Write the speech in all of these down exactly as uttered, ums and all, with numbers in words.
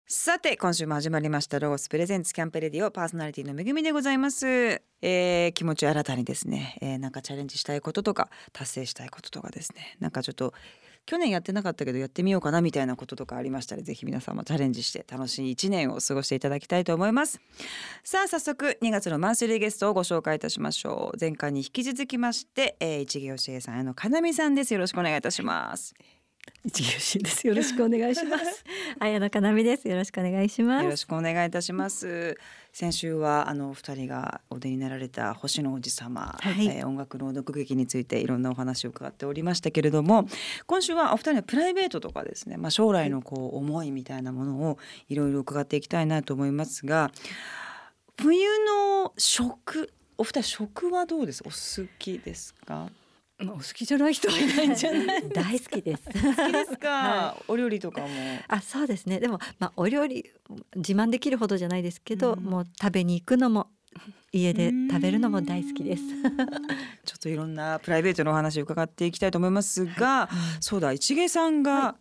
さて今週も始まりましたロゴスプレゼンツキャンプレディオ、パーソナリティのめぐみでございます。えー、気持ちを新たにですね、えー、なんかチャレンジしたいこととか達成したいこととかですね、なんかちょっと去年やってなかったけどやってみようかなみたいなこととかありましたら、ぜひ皆さんもチャレンジして楽しいいちねんを過ごしていただきたいと思います。さあ早速にがつのマンスリーゲストをご紹介いたしましょう。前回に引き続きまして、えー、一芸教えさんへのかなみさんです。よろしくお願いいたします。 一芸しです。よろしくお願いします綾野かなみです。よろしくお願いします。 よろしくお願いいたします。先週はあの二人がお出になられた星の王子様、はい、えー、音楽朗読劇についていろんなお話を伺っておりましたけれども、今週はお二人のプライベートとかですね、まあ、将来のこう思いみたいなものをいろいろ伺っていきたいなと思いますが、冬の食、お二人食はどうです？お好きですか？ まあ、お好きじゃない人はいないんじゃない大好きです好きですか、 はい、 お料理とかも。 あ、そうですね。でも、まあ、お料理自慢できるほどじゃないですけど、うん、もう食べに行くのも家で食べるのも大好きですちょっといろんなプライベートのお話を伺っていきたいと思いますが、はい、そうだ、一芸さんが、はい、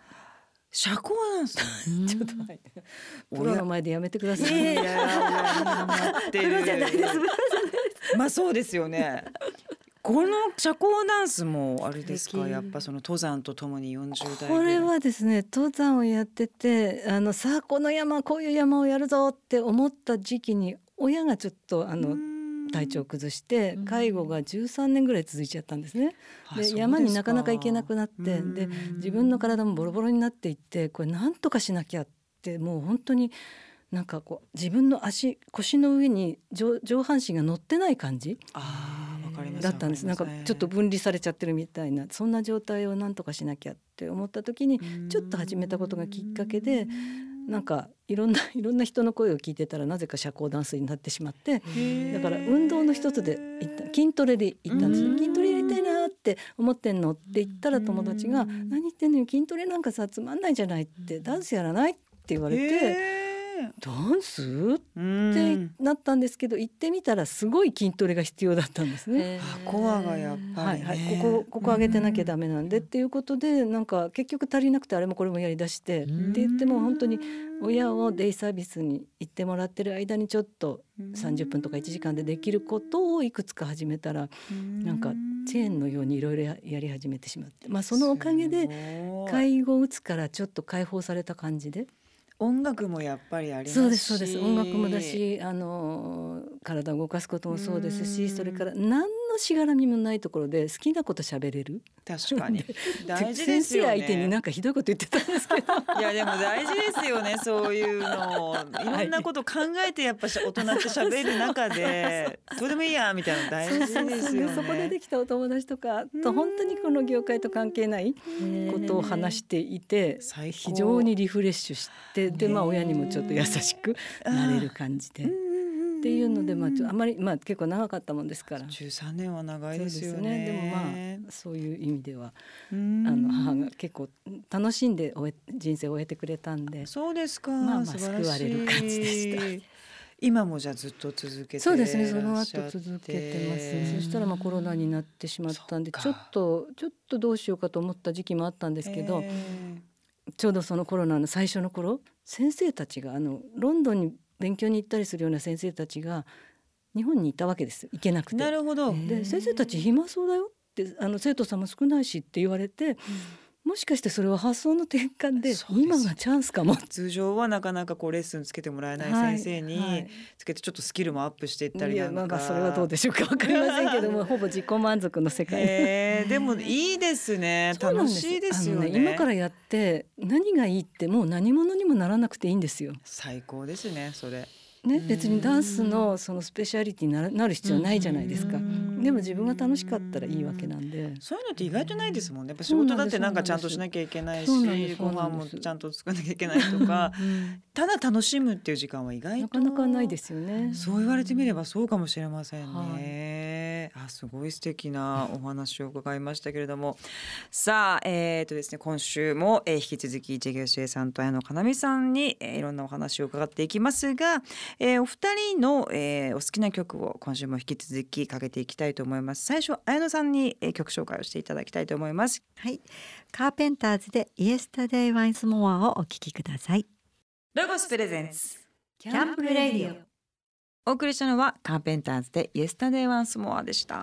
社交なんですね。 ちょっと待って、プロの前でやめてください。 いやいやいやプロじゃないです。まあそうですよね。この社交ダンスもあれですか、やっぱその登山とともによんじゅう代これはですね、登山をやってて、あのさあこの山、こういう山をやるぞって思った時期に親がちょっとあの体調を崩して介護がじゅうさんねんぐらい続いちゃったんですね。で、山になかなか行けなくなって、で自分の体もボロボロになっていって、これなんとかしなきゃって、もう本当になんかこう自分の足腰の上に 上, 上半身が乗ってない感じだったんです。なんかちょっと分離されちゃってるみたいな、そんな状態をなんとかしなきゃって思った時にちょっと始めたことがきっかけで、なんかいろんないろんな人の声を聞いてたらなぜか社交ダンスになってしまって、だから運動の一つで行った、筋トレで行ったんですね。筋トレやりたいなって思ってんのって言ったら、友達が何言ってんのよ、筋トレなんかさつまんないじゃないって、ダンスやらないって言われて、ダンスってなったんですけど、行ってみたらすごい筋トレが必要だったんですね。 コアがやっぱり、ね、 はいはい、ここここ上げてなきゃダメなんでっていうことで、なんか結局足りなくてあれもこれもやりだして、って言っても本当に親をデイサービスに行ってもらってる間にちょっとさんじゅっぷんとかいちじかんでできることをいくつか始めたら、なんかチェーンのようにいろいろやり始めてしまって、まあ、そのおかげで介護うつからちょっと解放された感じで。 音楽もやっぱりありますし。 そうですそうです。音楽もだし、あの体を動かすこともそうですし、それから何のしがらみもないところで好きなこと喋れる。 確かに大事ですよね。 先生相手になんかひどいこと言ってたんですけどいやでも大事ですよね、そういうのいろんなこと考えてやっぱ大人って喋る中でどうでもいいやみたいなの大事ですよね。そうそうそう、 そこでできたお友達とかと本当にこの業界と関係ないことを話していて、非常にリフレッシュして、で、まあ、親にもちょっと優しくなれる感じでっていうので、まあ、あまり、まあ、結構長かったもんですから。 じゅうさんねんは長いですよね。 でもまあそういう意味ではあの母が結構楽しんで終え人生を終えてくれたんで。 そうですか、 まあまあ救われる感じでした。 今もじゃあずっと続けてらっしゃって。 そうですね、その後続けてます。そしたらまあコロナになってしまったんで、ちょっとちょっとどうしようかと思った時期もあったんですけど、ちょうどそのコロナの最初の頃、先生たちがあのロンドンに勉強に行ったりするような先生たちが日本にいたわけです。行けなくて。 なるほど。 で、先生たち暇そうだよって、あの生徒さんも少ないしって言われて、うん、もしかしてそれは発想の転換で今がチャンスかも。 通常はなかなかこうレッスンつけてもらえない先生につけてちょっとスキルもアップしていったりなんか、 いや、まあまあそれはどうでしょうか、分かりませんけどもほぼ自己満足の世界、 えー、でもいいですね。楽しいですよね。 ね、今からやって何がいいって、もう何者にもならなくていいんですよ。 最高ですねそれね、別にダンスのそのスペシャリティになる、なる必要ないじゃないですか。でも自分が楽しかったらいいわけなんで。 そういうのって意外とないですもんね。やっぱ仕事だってなんかちゃんとしなきゃいけないし、ご飯もちゃんと作らなきゃいけないとかただ楽しむっていう時間は意外となかなかないですよね。 そう言われてみればそうかもしれませんね、はい、あ、すごい素敵なお話を伺いましたけれどもさあ、えーとですね、今週も、えー、引き続き一芸秀さんと綾野かなみさんに、えー、いろんなお話を伺っていきますが、えー、お二人の、えー、お好きな曲を今週も引き続きかけていきたいと思います。最初綾野さんに、えー、曲紹介をしていただきたいと思います。 はい、カーペンターズで Yesterday Once More をお聴きください。 ロゴスプレゼンツキャンプレディオ。 お送りしたのはカーペンターズで Yesterday Once More でした。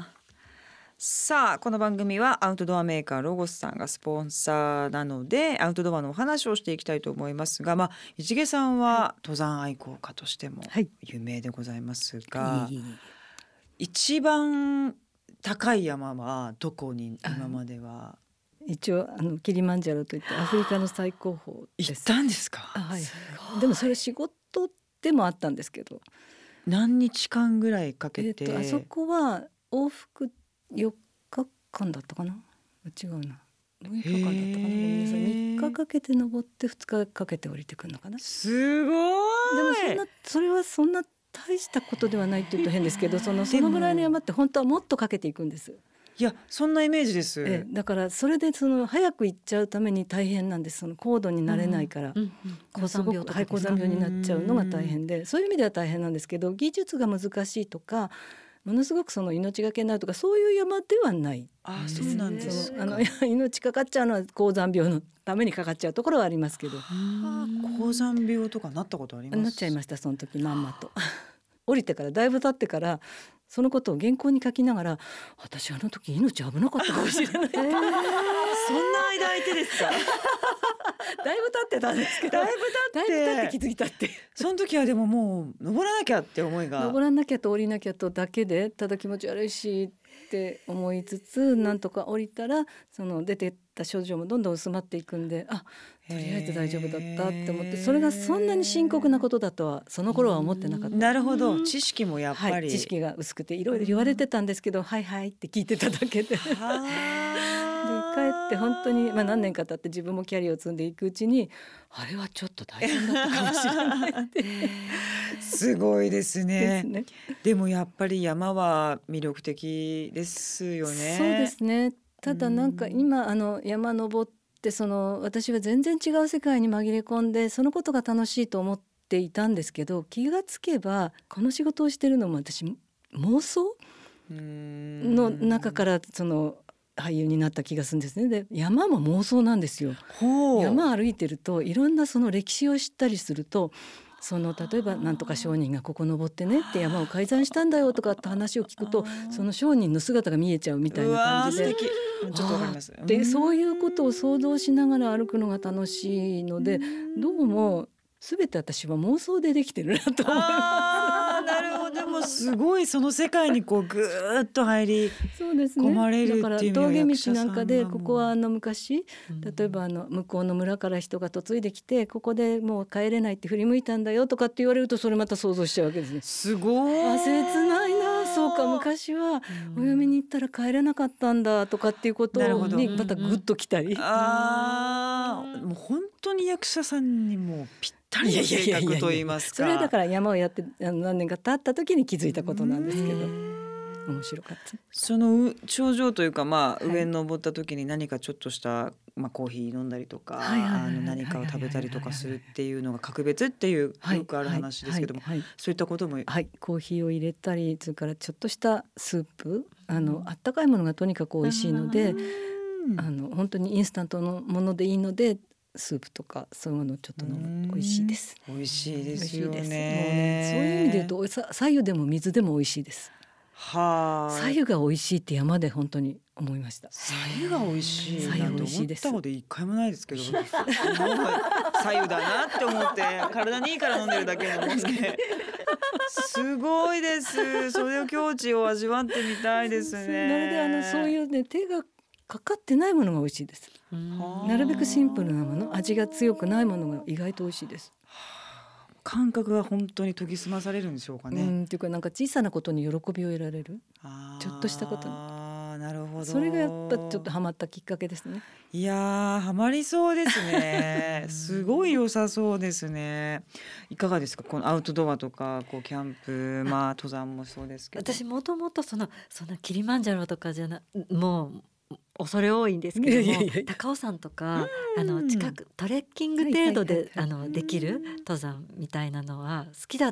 さあこの番組はアウトドアメーカーロゴスさんがスポンサーなのでアウトドアのお話をしていきたいと思いますが、まあ、市毛さんは登山愛好家としても有名でございますが、はい、一番高い山はどこに今までは？ 一応あのキリマンジャロといってアフリカの最高峰です。 行ったんですか？ はい、でもそれ仕事でもあったんですけど、 何日間ぐらいかけて、 えー、とあそこは往復よっかかんだったかな、違うなむいかかんだったかな、ごめんなさい、みっかかけて登ってふつかかけて降りてくるのかな。 すごい。 でもそんなそれはそんな大したことではないって言うと変ですけど、そのそのぐらいの山って本当はもっとかけていくんです。 いやそんなイメージです。 えだからそれでその早く行っちゃうために大変なんです。その高度になれないから、うんうんうん、すごくはい高山病になっちゃうのが大変で、そういう意味では大変なんですけど、技術が難しいとかものすごくその命がけになるとかそういう山ではない。 ああそうなんですか。 あの命かかっちゃうのは高山病のためにかかっちゃうところはありますけど、 高山病とかなったことあります？ なっちゃいました、その時まんまと降りてからだいぶ経ってからそのことを原稿に書きながら、私あの時命危なかったかもしれない、えー、そんな間空いてですか？ だいぶ経ってたんですけど、 だいぶ経ってだいぶ経って気づいたってその時はでももう登らなきゃって思いが、 登らなきゃと降りなきゃとだけでただ気持ち悪いしって思いつつ、なんとか降りたらその出てった症状もどんどん薄まっていくんで、あとりあえず大丈夫だったって思って、それがそんなに深刻なことだとはその頃は思ってなかった。 なるほど、知識もやっぱり、 はい、知識が薄くていろいろ言われてたんですけど、はいはいって聞いてただけでで帰って本当に、まあ、何年か経って自分もキャリアを積んでいくうちに、あれはちょっと大変だったかもしれないってすごいですね。 ですね。 でもやっぱり山は魅力的ですよね。 そうですね。ただなんか今あの山登ってその私は全然違う世界に紛れ込んでそのことが楽しいと思っていたんですけど、気がつけばこの仕事をしてるのも私妄想の中からその俳優になった気がするんですね。で山も妄想なんですよ。山歩いてるといろんなその歴史を知ったりすると、その例えばなんとか商人がここ登ってねって山を改ざんしたんだよとかって話を聞くと、その商人の姿が見えちゃうみたいな感じで、 ちょっとわかります。 でそういうことを想像しながら歩くのが楽しいので、どうも全て私は妄想でできてるなと思います。 あなるほど。でもすごいその世界にこうぐーっと入り込まれるっていう意味では、 だから峠道なんかでここはあの昔例えばあの向こうの村から人が嫁いできてここでもう帰れないって振り向いたんだよとかって言われると、それまた想像しちゃうわけですね。 すごい。 あ切ないな、そうか昔はお嫁に行ったら帰れなかったんだとかっていうことにまたグッときたり、 あもう本当に役者さんにもぴったりの性格と言いますか。 それはだから山をやって何年か経った時に気づいたことなんですけど、面白かった。 その頂上というか、まあ、上に登った時に何かちょっとした、まあ、コーヒー飲んだりとか何かを食べたりとかするっていうのが格別っていうよくある話ですけども、そういったことも、 はい、コーヒーを入れたり、それからちょっとしたスープ、あのあったかいものがとにかく美味しいので、あの本当にインスタントのものでいいのでスープとかそういうものをちょっと飲む。美味しいです。 美味しいですよね。 もうね、そういう意味で言うと白湯でも水でも美味しいです。はあ。白湯が美味しいって山で本当に思いました。 白湯が美味しいなんて思ったこと一回もないですけど、白湯だなって思って体にいいから飲んでるだけなんですね。すごいです。それを境地を味わってみたいですね。 なのであのそういうね手がかかってないものが美味しいです。なるべくシンプルなもの、味が強くないものが意外と美味しいです。 感覚が本当に研ぎ澄まされるんでしょうかね。 うんっていうか、なんか小さなことに喜びを得られる、ちょっとしたことに。 あなるほど。 それがやっぱちょっとハマったきっかけですね。 いやーハマりそうですね。すごい良さそうですね。いかがですか、このアウトドアとかこうキャンプ、まあ登山もそうですけど。 私もともとそのそのキリマンジャロとかじゃなもう恐れ多いんですけども、いやいやいや高尾山とかあの近くトレッキング程度で、はいはいはいはい、あのできる登山みたいなのは好きだっ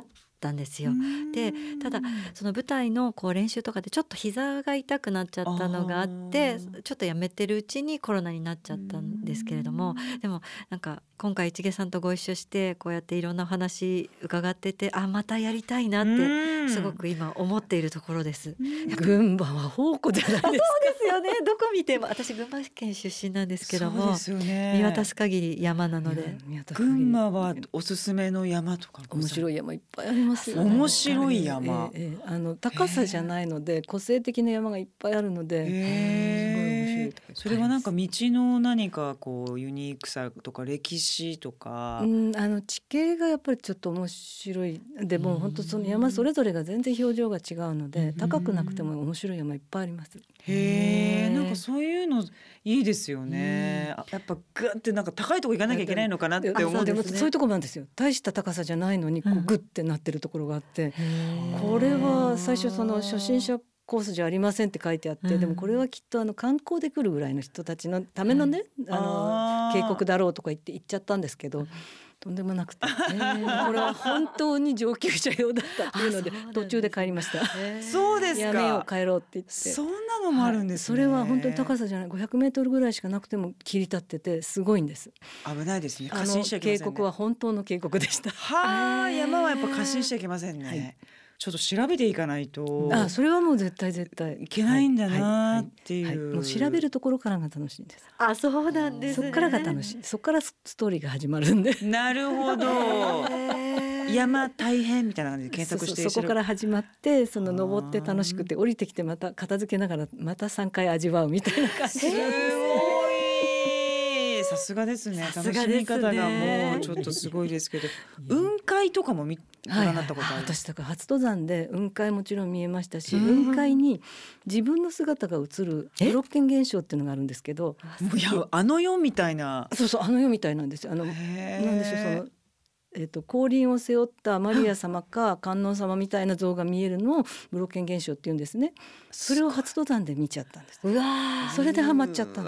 ったんですよ。でただその舞台のこう練習とかでちょっと膝が痛くなっちゃったのがあってちょっとやめてるうちにコロナになっちゃったんですけれども、でもなんか今回市毛さんとご一緒してこうやっていろんなお話伺ってて、あまたやりたいなってすごく今思っているところです。 群馬は宝庫じゃないですか。そうですよね。どこ見ても私群馬県出身なんですけども、そうですよね、見渡す限り山なので、 群馬はおすすめの山とか面白い山いっぱいありますよね。 面白い山、 えーえー、あの高さじゃないので個性的な山がいっぱいあるので、えー、すごい面白いところ。 それはなんか道の何かこうユニークさとか歴史とか、 うん、あの地形がやっぱりちょっと面白い。でも本当その山それぞれが全然表情が違うので、高くなくても面白い山いっぱいあります。 へえ、なんかそういうのいいですよね。やっぱグッてなんか高いとこ行かなきゃいけないのかなって思うんですね。 そういうところなんですよ。大した高さじゃないのにこうグッてなってるところがあって、うん、これは最初その初心者コースじゃありませんって書いてあって、うん、でもこれはきっとあの観光で来るぐらいの人たちのためのね、うん、あの渓谷だろうとか言って行っちゃったんですけど、とんでもなくて、これは本当に上級者用だったっていうので途中で帰りました。 そうですか。 やめよう帰ろうって言って。 そんなのもあるんですね。 はい、それは本当に高さじゃないごひゃくメートルぐらいしかなくても切り立っててすごいんです。 危ないですね。過信信しちゃいけませんね。 渓谷は本当の渓谷でした。 はあ、山はやっぱ過信しちゃいけませんね。はい、ちょっと調べていかないと。 あ、それはもう絶対絶対いけないんだなっていう、はいはいはい、 もう調べるところからが楽しいんです。 あ、そうなんですね。 そっからが楽しい。そっからストーリーが始まるんで。 なるほど。山大変みたいな感じで検索して、 そ, そこから始まって、その登って楽しくて降りてきてまた片付けながらまたさんかい味わうみたいな感じ。すごい。 さすがですね。楽しみ方がもうちょっとすごいですけど、雲海とかも見ご覧になったことある？ はいはい、私だから初登山で雲海もちろん見えましたし、雲海に自分の姿が映るブロッケン現象っていうのがあるんですけど、 いやあの世みたいな。 そうそう、あの世みたいなんですよ。あのなんでしょう、そのえー、と降臨を背負ったマリア様か観音様みたいな像が見えるのをブロッケン現象っていうんですね。それを初登山で見ちゃったんです。うわ、それでハマっちゃったんです。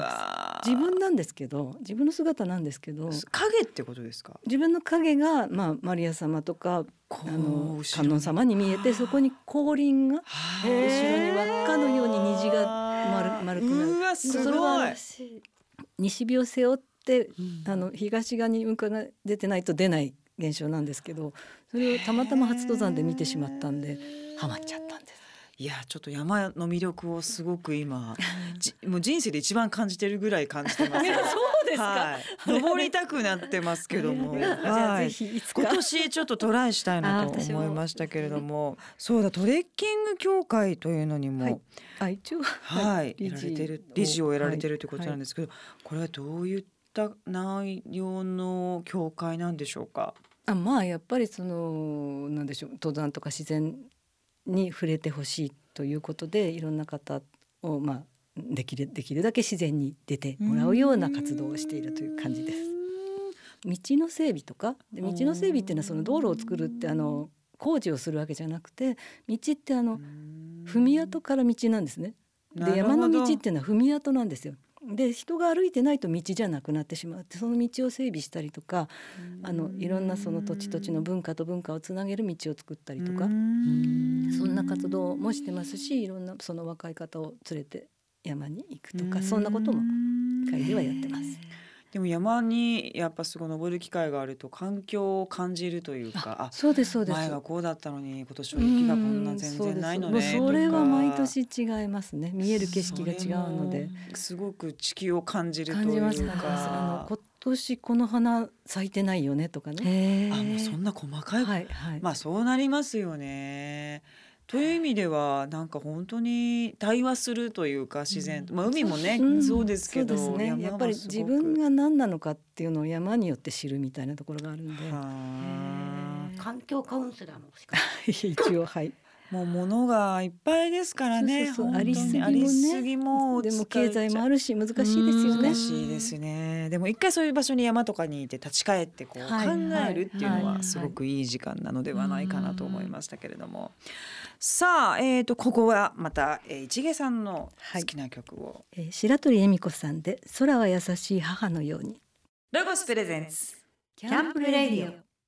自分なんですけど、自分の姿なんですけど、 影ってことですか？ 自分の影が、まあ、マリア様とかあの観音様に見えて、そこに降臨が後ろに輪っかのように虹が 丸, 丸くなる。 うわすごい。 それは西日を背負って、うん、あの東側に雲海が出てないと出ない現象なんですけど、それをたまたま初登山で見てしまったんでハマっちゃったんです。 いやちょっと山の魅力をすごく今もう人生で一番感じてるぐらい感じてます。 そうですか、 はい、登りたくなってますけども、はい、じゃあぜひいつか今年ちょっとトライしたいなと思いましたけれども、そうだ、トレッキング協会というのにも、はい、 あ一応、 はい、やられてる理事をやられてるということなんですけど、はいはい、これはどういった内容の協会なんでしょうか？ あ、まあやっぱりそのなんでしょう、登山とか自然に触れてほしいということで、いろんな方を、まあ、できる、できるだけ自然に出てもらうような活動をしているという感じです。道の整備とかで、道の整備っていうのはその道路を作るってあの工事をするわけじゃなくて、道ってあの踏み跡から道なんですね。で山の道っていうのは踏み跡なんですよ。で人が歩いてないと道じゃなくなってしまうって、その道を整備したりとか、あのいろんなその土地土地の文化と文化をつなげる道を作ったりとか、そんな活動もしてますし、いろんなその若い方を連れて山に行くとか、そんなことも会ではやってます。 でも山にやっぱすごい登る機会があると環境を感じるというか、 あ、そうですそうです。 前はこうだったのに今年は雪がこんな全然ないのねとか、 それは毎年違いますね。見える景色が違うので、 すごく地球を感じるというか、 感じますか。あの今年この花咲いてないよねとかね。 あ、もうそんな細かい、はいはい、まあそうなりますよね。という意味ではなんか本当に対話するというか、自然、うん、まあ、海もね、うん、そうですけど、 そうですね、やっぱり自分が何なのかっていうのを山によって知るみたいなところがあるんで、 環境カウンセラーもしか一応はい、 もう物がいっぱいですからね。 そうそうそう、ありすぎもね、 ありすぎもでも経済もあるし難しいですよね。 難しいですね。でも一回そういう場所に山とかにいて立ち返ってこう考えるっていうのはすごくいい時間なのではないかなと思いましたけれども、さあ、えーとここはまた、えー、市毛さんの好きな曲を、 はい、えー、白鳥恵美子さんで空は優しい母のように。 ロゴスプレゼンツキャンプレディオ。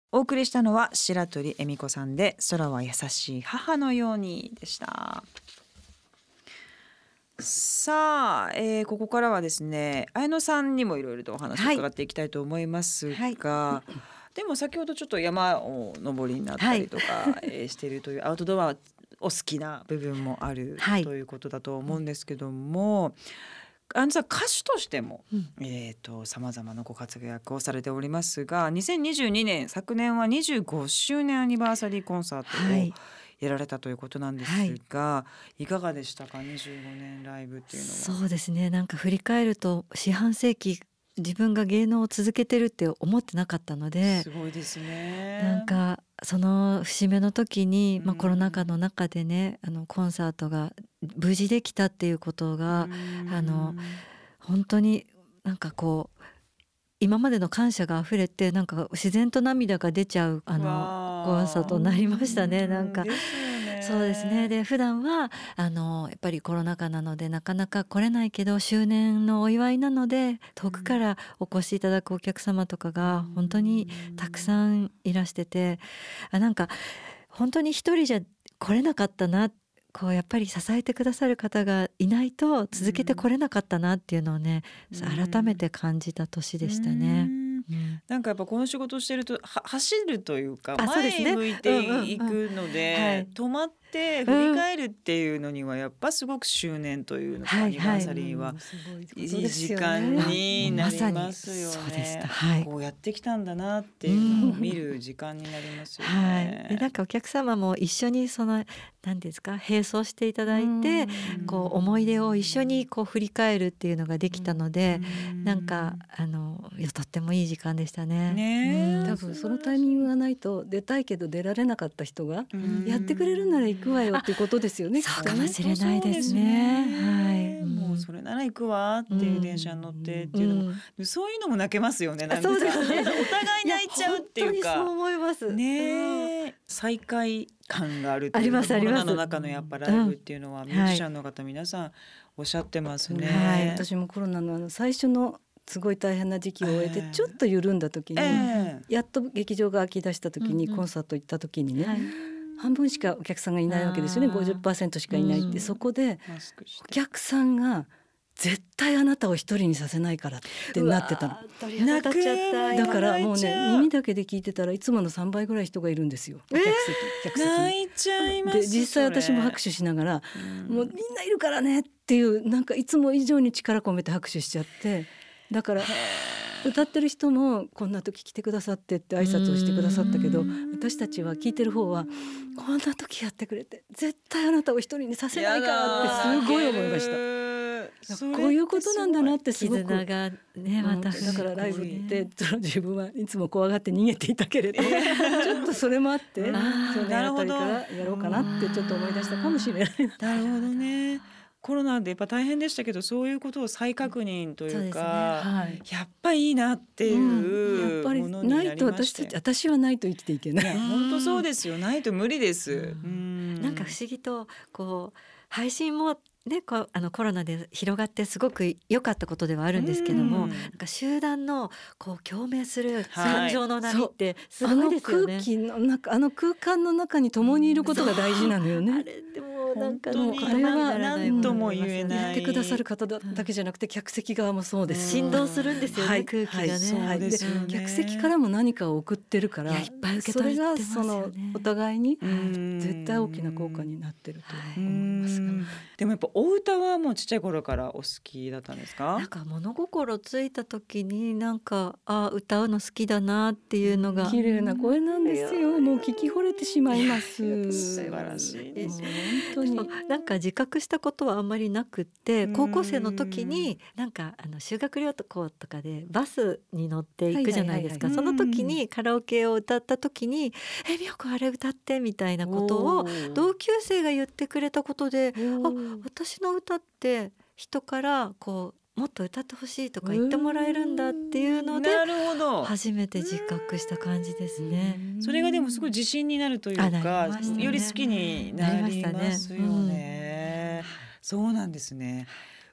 お送りしたのは白鳥恵美子さんで空は優しい母のようにでした。さあ、えーここからはですね綾野さんにもいろいろとお話を伺っていきたいと思いますが、でも先ほどちょっと山を登りになったりとか、えーしているというアウトドアお好きな部分もある、 はいということだと思うんですけども、あのさ歌手としても、 うんえー、と様々なご活躍をされておりますが、にせんにじゅうにねん昨年はにじゅうごしゅうねんアニバーサリーコンサートをはいやられたということなんですが、い、かがでしたかにじゅうごねんライブっていうのは。 そうですね、なんか振り返ると四半世紀自分が芸能を続けてるって思ってなかったので、 すごいですね。 なんかその節目の時に、まあ、 うんコロナ禍の中でねあのコンサートが無事できたっていうことが、 うんあの本当になんかこう今までの感謝があふれて、なんか自然と涙が出ちゃうあのわコンサートになりましたね。 うんなんかですよね。 そうですね。で普段はあのやっぱりコロナ禍なのでなかなか来れないけど、周年のお祝いなので遠くからお越しいただくお客様とかが本当にたくさんいらしてて、あなんか本当に一人じゃ来れなかったな、こうやっぱり支えてくださる方がいないと続けて来れなかったなっていうのをね、 うん改めて感じた年でしたね。 うんうんなんかやっぱこの仕事をしてるとは走るというかあそうですね前向いていくのうんうんうんはでい止まって振り返るっていうのにはやっぱすごく周年というのか、 はいアニバーサリーはうんすごいこといいです時よね間になりますよまさにそうでしねた。はいこうやってきたんだなっていうのを見る時間になりますよはい、 ね。 でなんかお客様も一緒にその何ですか並走していただいて、こう思い出を一緒にこう振り返るっていうのができたので、なんかあのいやとってもいい時間でしたね。 ねえうん多分そのタイミングがないと出たいけど出られなかった人がうんやってくれるなら行くわよっていうことですよね。 そうきっとねかもしれないですね。はい、 もうそれなら行くわっていう電車に乗ってっていうのも、 うんそういうのも泣けますよね。なんかそうですねお互い泣いちゃうっていうや本当にそうか思います。うんねえ再会感があるってありいうかコロますありますナの中のやっぱライブっていうのはミュージシャンの方皆さんおっしゃってますね。 はい私もコロナのあの最初のすごい大変な時期を終えてええちょっと緩んだ時に、 ええやっと劇場が開き出した時にうんうんコンサート行った時にね、 はい半分しかお客さんがいないわけですよね。 あーごじゅっパーセント しかいないって、 うんそこでマスクしてお客さんが絶対あなたを一人にさせないからってなってたの。 うわー鳥肌立っちゃった。 泣くだからもうね泣いちゃう耳だけで聞いてたらいつものさんばいぐらい人がいるんですよ。お客席、客席に泣いちゃいます。 で実際私も拍手しながら、 手もうみんないるからねっていうなんかいつも以上に力込めて拍手しちゃって、だから歌ってる人もこんな時来てくださってって挨拶をしてくださったけど、私たちは聞いてる方はこんな時やってくれて絶対あなたを一人にさせないからってすごい思いました。 たこういうことなんだなってすごく。 絆がねまたうんだからライブってその自分はいつも怖がって逃げていたけれどちょっとそれもあってうん去年あたりからやろうかなってちょっと思い出したかもしれない。 なるほどね。コロナでやっぱ大変でしたけどそういうことを再確認というか、 はいやっぱいいなってうんやっぱりいうものになないりと私ましてたち私はないと生きていけないい。 や本当そうですよ。ないと無理です。 うんうんなんか不思議とこう配信もねこうあのコロナで広がってすごく良かったことではあるんですけども、 うんなんか集団のこう共鳴するはい感情の波ってすあのごいですよね。 空気の中あの空間の中に共にいることが大事なのよあね。 れでもなんか本当に言葉にならない何とも言えないやってくださる方だだけじゃなくて客席側もそうです。 振動するんですよね、 はい空気がね。 はいそうですよね客席からも何かを送ってるからいやいっぱい受けそれが取ってますよねそのお互いにうん絶対大きな効果になってるとう思いますが。 んでもやっぱお歌はもうちっちゃい頃からお好きだったんですか？ なんか物心ついた時になんかあ歌うの好きだなっていうのが綺麗な声なんですよ。もう聞き惚れてしまいます。 素晴らしいです。 もう本当に。 なんか自覚したことはあんまりなくってうん高校生の時になんかあの修学旅行とかでバスに乗っていくじゃないですか。そはいはいはいの時にカラオケを歌った時に「えみよこあれ歌って」みたいなことを同級生が言ってくれたことであ私の歌って人からこうもっと歌ってほしいとか言ってもらえるんだっていうのでなるほど。 初めて自覚した感じですね。 それがでもすごい自信になるというあなか、 りましたねより好きになりますよなりましたねね。そうなんですね。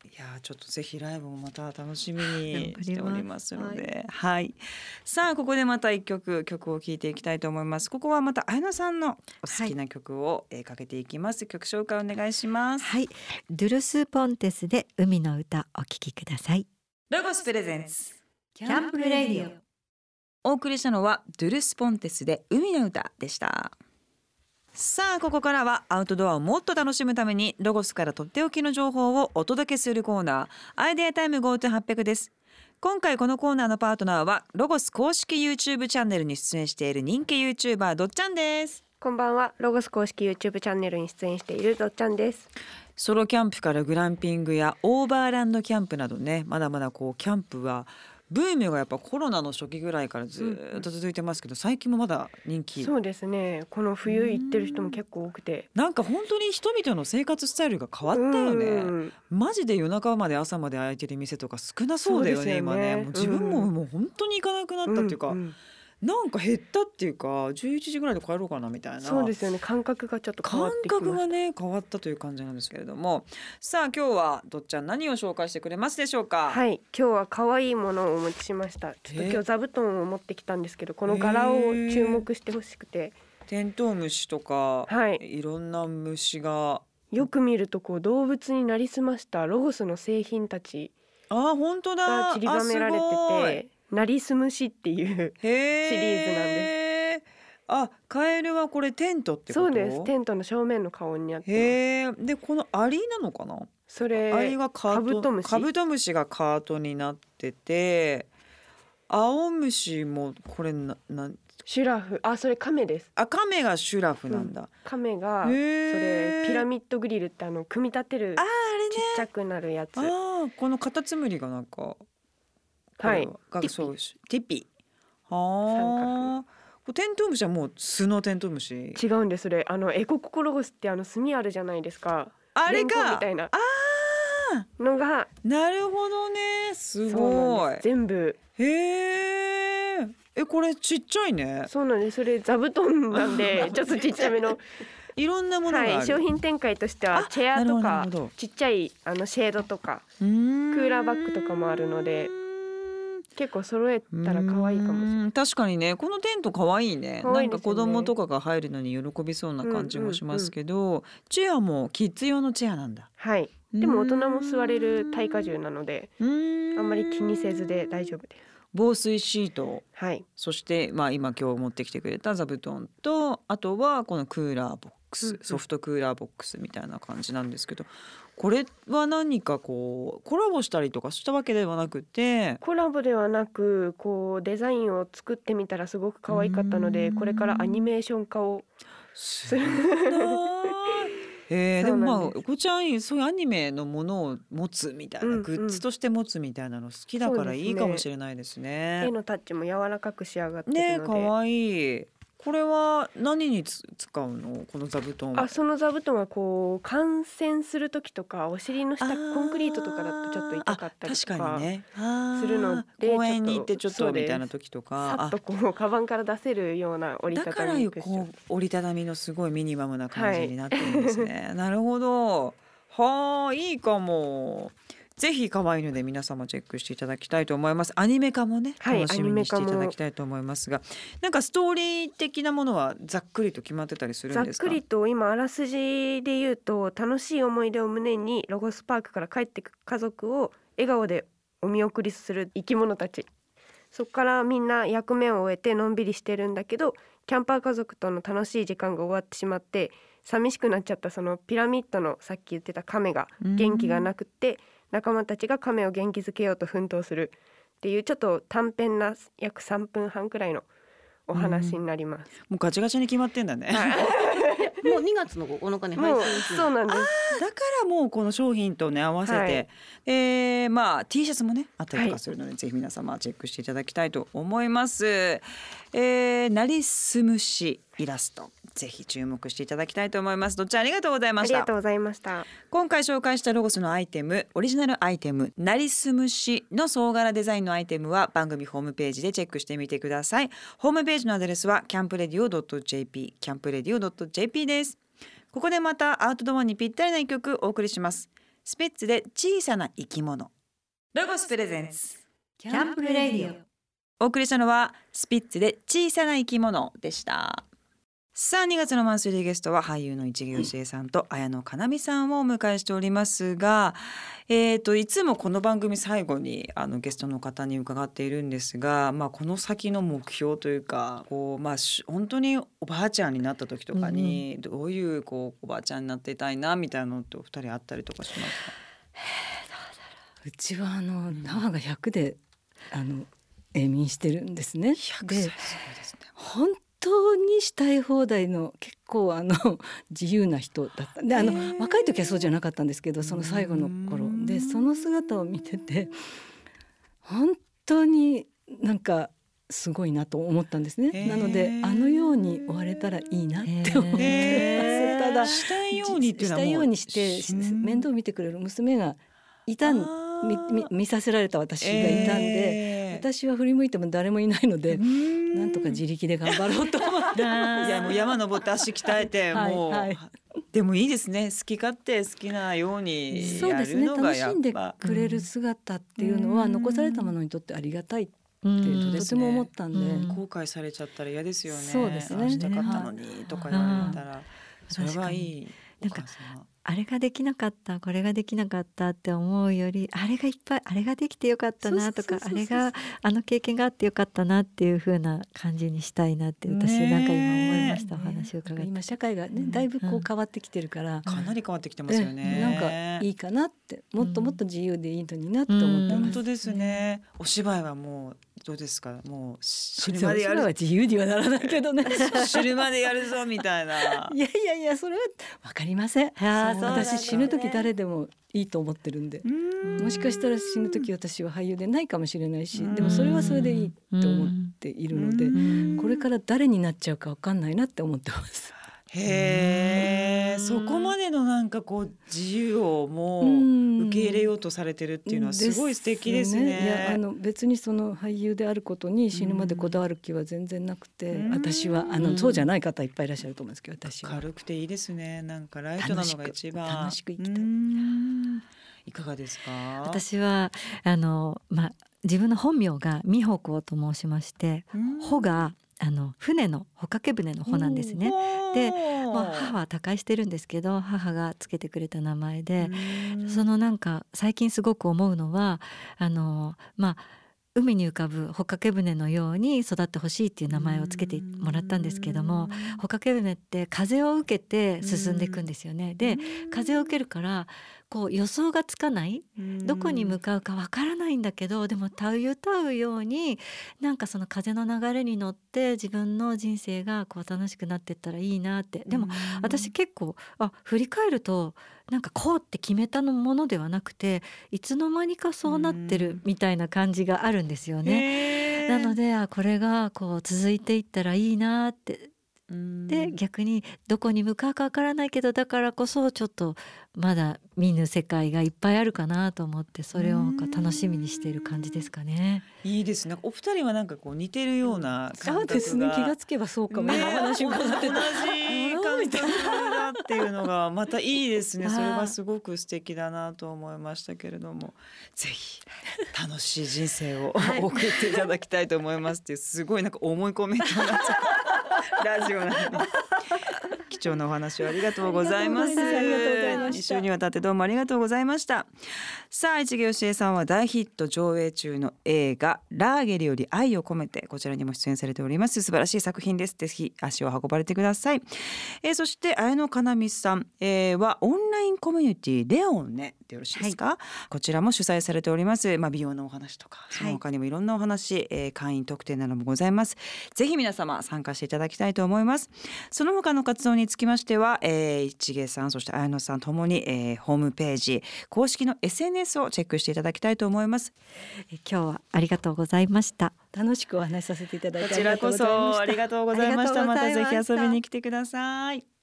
いやちょっとぜひライブもまた楽しみにしておりますので、 はい、 はい、さあここでまた一曲曲を聴いていきたいと思います。ここはまた綾乃さんのお好きな曲を、はい、えー、かけていきます。曲紹介お願いします。 はい、ドゥルスポンテスで海の歌お聴きください。 ロゴスプレゼンツキャンプレディオ、お送りしたのはドゥルスポンテスで海の歌でした。さあここからはアウトドアをもっと楽しむためにロゴスからとっておきの情報をお届けするコーナー、アイデアタイム ゴートゥはっぴゃく です。今回このコーナーのパートナーはロゴス公式 YouTube チャンネルに出演している人気 YouTuber どっちゃんです。 こんばんは。ロゴス公式 YouTube チャンネルに出演しているどっちゃんです。 ソロキャンプからグランピングやオーバーランドキャンプなどね、まだまだこうキャンプはブームがやっぱコロナの初期ぐらいからずっと続いてますけど、最近もまだ人気。 そうですね。この冬行ってる人も結構多くて、 なんか本当に人々の生活スタイルが変わったよね。マジで夜中まで朝まで開いてる店とか少なそうだよね。そうですよね、今ね。もう自分ももう本当に行かなくなったっていうか、うんうん、なんか減ったっていうかじゅういちじぐらいで帰ろうかなみたいな。 そうですよね。感覚がちょっと変わってきました。 感覚がね変わったという感じなんですけれども、さあ今日はどっちゃん何を紹介してくれますでしょうか。 はい、今日は可愛いものをお持ちしました。ちょっと今日座布団を持ってきたんですけど、この柄を注目してほしくて、 テントウムシとか、はい、いろんな虫がよく見るとこう動物になりすましたロゴスの製品たちあ本当だが散りばめられてて、なりすむしっていうシリーズなんです。 あ、カエルはこれテントってこと？ そうです。テントの正面の顔になってます。 へー。でこのアリなのかな？ それアリがカート、 カブトムシ。 カブトムシがカートになってて、青虫もこれななシュラフ。あ、それカメです。 あ、カメがシュラフなんだ。うん、 カメがそれピラミッドグリルってあの組み立てる、あ、あれね、ちっちゃくなるやつ。 あ、このカタツムリがなんか、 はい、 がそうティピ。はあ。テントウムシはもう巣のテントウムシ。 違うんです。それあのエコココロゴスってあの炭あるじゃないですか。 あれかみたいなあのが。 なるほどね。すごい。 全部。 へえ。えこれちっちゃいね。 そうなんです。それ座布団なんでちょっとちっちゃめの。 いろんなものがある。 はい、商品展開としてはチェアとかちっちゃいあのシェードとかクーラーバッグとかもあるので。結構揃えたら可愛いかもしれない。 確かにね、このテント可愛いね。可愛いですよね。なんか子供とかが入るのに喜びそうな感じもしますけど、うんうんうん、チェアもキッズ用のチェアなんだ。 はい。でも大人も座れる耐荷重なので、あんまり気にせずで大丈夫です。 防水シート、 はい、 そしてまあ今今日持ってきてくれた座布団と、あとはこのクーラーボックス、うんうん、ソフトクーラーボックスみたいな感じなんですけど、これは何かこうコラボしたりとかしたわけではなくて、 コラボではなくこうデザインを作ってみたらすごく可愛かったので、これからアニメーション化をする。 えー、でもまあお子ちゃんそういうアニメのものを持つみたいな、うんうん、グッズとして持つみたいなの好きだからいいかもしれないですね。 手のタッチも柔らかく仕上がってるのでね、かわいい。これは何につ使うの？この座布団は。 あ、その座布団はこう観戦する時とかお尻の下コンクリートとかだとちょっと痛かったりとか、確かにね、するので公園に行ってちょっとみたいな時とかさっとこうカバンから出せるような折りたたみクッション。 だからこう折りたたみのすごいミニマムな感じになってるんですね、はい、なるほど。はあ、いいかも。ぜひ可愛いので皆様チェックしていただきたいと思います。アニメ化もね、楽しみにしていただきたいと思いますが、なんかストーリー的なものはざっくりと決まってたりするんですか？ ざっくりと今あらすじで言うと、楽しい思い出を胸にロゴスパークから帰ってく家族を笑顔でお見送りする生き物たち、そこからみんな役目を終えてのんびりしてるんだけど、キャンパー家族との楽しい時間が終わってしまって寂しくなっちゃったそのピラミッドのさっき言ってたカメが元気がなくって仲間たちがカメを元気づけようと奮闘するっていうちょっと短編な約さんぷんはんくらいのお話になります。 もうガチガチに決まってんだね。 もうにがつのここのかに配信する。 そうなんです。 だからもうこの商品とね合わせて、はい、えー、まあ T シャツもねあったりとかするので、はい、ぜひ皆様チェックしていただきたいと思います。えー、なりすむしイラストぜひ注目していただきたいと思います。どっちありがとうございました。 ありがとうございました。 今回紹介したロゴスのアイテム、オリジナルアイテムなりすむしの総柄デザインのアイテムは番組ホームページでチェックしてみてください。ホームページのアドレスは キャンプレディオ ドット ジェーピー キャンプレディオ ドット ジェーピー です。ここでまたアウトドアにぴったりな一曲お送りします。 スピッツで小さな生き物。ロゴスプレゼンツキャンプレディオ。 お送りしたのはスピッツで小さな生き物でした。さあにがつのマンスリーゲストは俳優の市毛良枝さんと綾野かなみさんをお迎えしておりますが、えー、といつもこの番組最後にあのゲストの方に伺っているんですが、まあ、この先の目標というかこう、まあ、本当におばあちゃんになった時とかにどういうこうおばあちゃんになっていたいなみたいなのってお二人あったりとかしますか？ うちはあの母がひゃくであの永眠してるんですね。 ひゃくさい、すごいですね。 本当にしたい放題の結構あの自由な人だったで、あの若い時はそうじゃなかったんですけど、その最後の頃でその姿を見てて本当になんかすごいなと思ったんですね。なのであのように終われたらいいなって思ってます。ただしたいようにっていうのはもうしたいようにして面倒を見てくれる娘がいたん見, 見, 見させられた私がいたんで、えー、私は振り向いても誰もいないのでなんとか自力で頑張ろうと思ってます。 いやもう山登って足鍛えてもう、はいはい、でもいいですね。好き勝手好きなようにやるのがやっぱ、 そうですね、楽しんでくれる姿っていうのは残されたものにとってありがたいってとても思ったんで、 うん、後悔されちゃったら嫌ですよね。 そうですね、 したかったのにとか言われたらそれはいい。 なんかあれができなかったこれができなかったって思うよりあれがいっぱいあれができてよかったなとかあれがあの経験があってよかったなっていう風な感じにしたいなって私なんか今思いました、お話を伺って。 今社会がねだいぶこう変わってきてるから、うん、 かなり変わってきてますよね。 なんかいいかなってもっともっと自由でいいのになって思ってます、うん、 本当ですね。お芝居はもうどうですか？もう死ぬまでやる。お芝居は自由にはならないけどね死ぬまでやるぞみたいな。 いやいやいやそれは分かりません。私死ぬ時誰でもいいと思ってるんで、もしかしたら死ぬ時私は俳優でないかもしれないし、でもそれはそれでいいって思っているので、これから誰になっちゃうか分かんないなって思ってます。 へー、そこまでのなんかこう自由をもう受け入れようとされてるっていうのはすごい素敵ですね。 いやあの別にその俳優であることに死ぬまでこだわる気は全然なくて、私はあのそうじゃない方いっぱいいらっしゃると思うんですけど、私は軽くていいですね。なんかライトなのが一番楽しく生きたい。 いかがですか？ 私はあの、まあ、自分の本名が美穂子と申しまして、穂があの船の帆掛け船の帆なんですね。で、まあ、母は他界してるんですけど母がつけてくれた名前で、そのなんか最近すごく思うのはあのまあ海に浮かぶ帆掛け船のように育ってほしいっていう名前をつけてもらったんですけども、帆掛け船って風を受けて進んでいくんですよね。で風を受けるからこう予想がつかない、どこに向かうかわからないんだけど、でもたゆたうようになんかその風の流れに乗って自分の人生がこう楽しくなっていったらいいなって。でも私結構あ振り返るとなんかこうって決めたのものではなくていつの間にかそうなってるみたいな感じがあるんですよね。なのであこれがこう続いていったらいいなって。で逆にどこに向かうかわからないけどだからこそちょっとまだ見ぬ世界がいっぱいあるかなと思ってそれを楽しみにしている感じですかね。 いいですね。お二人はなんかこう似てるような感覚が、 そうですね、気がつけばそうかも、ね、お話を伺ってた同じ感覚だっていうのがまたいいですね。それはすごく素敵だなと思いましたけれども、ぜひ楽しい人生を送っていただきたいと思いますっていうすごいなんか重いコメントになっちゃうラジオなんで貴重なお話をありがとうございます。一週にわたってどうもありがとうございました。さあ市毛良枝さんは大ヒット上映中の映画ラーゲリより愛を込めてこちらにも出演されております。素晴らしい作品です。ぜひ足を運ばれてください。えー、そして綾野かなみさん、えー、はオンラインコミュニティレオンねでよろしいですか、はい、こちらも主催されております、まあ、美容のお話とかその他にもいろんなお話、はい、えー、会員特典などもございます。ぜひ皆様参加していただきたいと思います。その他の活動につきましては、えー、市毛さんそして綾野さんともに、えー、ホームページ公式の エスエヌエス をチェックしていただきたいと思います。 え今日はありがとうございました。 楽しくお話しさせていただいてこちらこそありがとうございました。またぜひ遊びに来てください。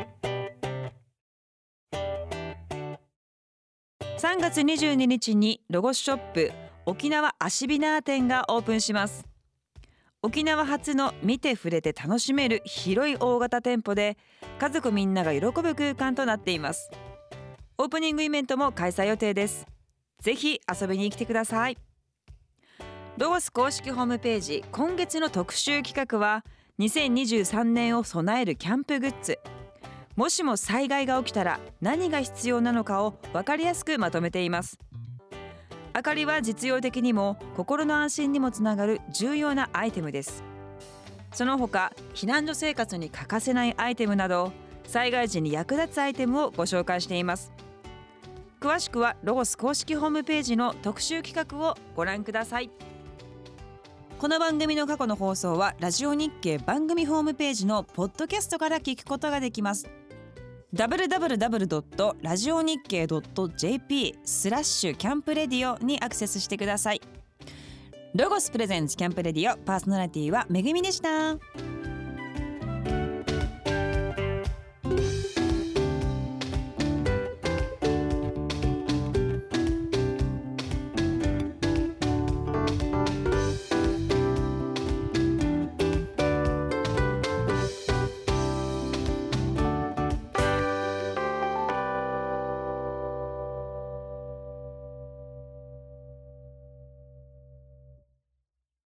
さんがつにじゅうににちにロゴスショップ沖縄アシビナー店がオープンします。沖縄初の見て触れて楽しめる広い大型店舗で家族みんなが喜ぶ空間となっています。 オープニングイベントも開催予定です。ぜひ遊びに来てください。ロゴス公式ホームページ、今月の特集企画はにせんにじゅうさんねんを備えるキャンプグッズ。もしも災害が起きたら何が必要なのかを分かりやすくまとめています。明かりは実用的にも心の安心にもつながる重要なアイテムです。その他、避難所生活に欠かせないアイテムなど災害時に役立つアイテムをご紹介しています。詳しくはロゴス公式ホームページの特集企画をご覧ください。この番組の過去の放送はラジオ日経番組ホームページのポッドキャストから聞くことができます。ダブリューダブリューダブリュードットラジオ日経ドットジェーピースラッシュキャンプレディオにアクセスしてください。ロゴスプレゼンツキャンプレディオ、パーソナリティはめぐみでした。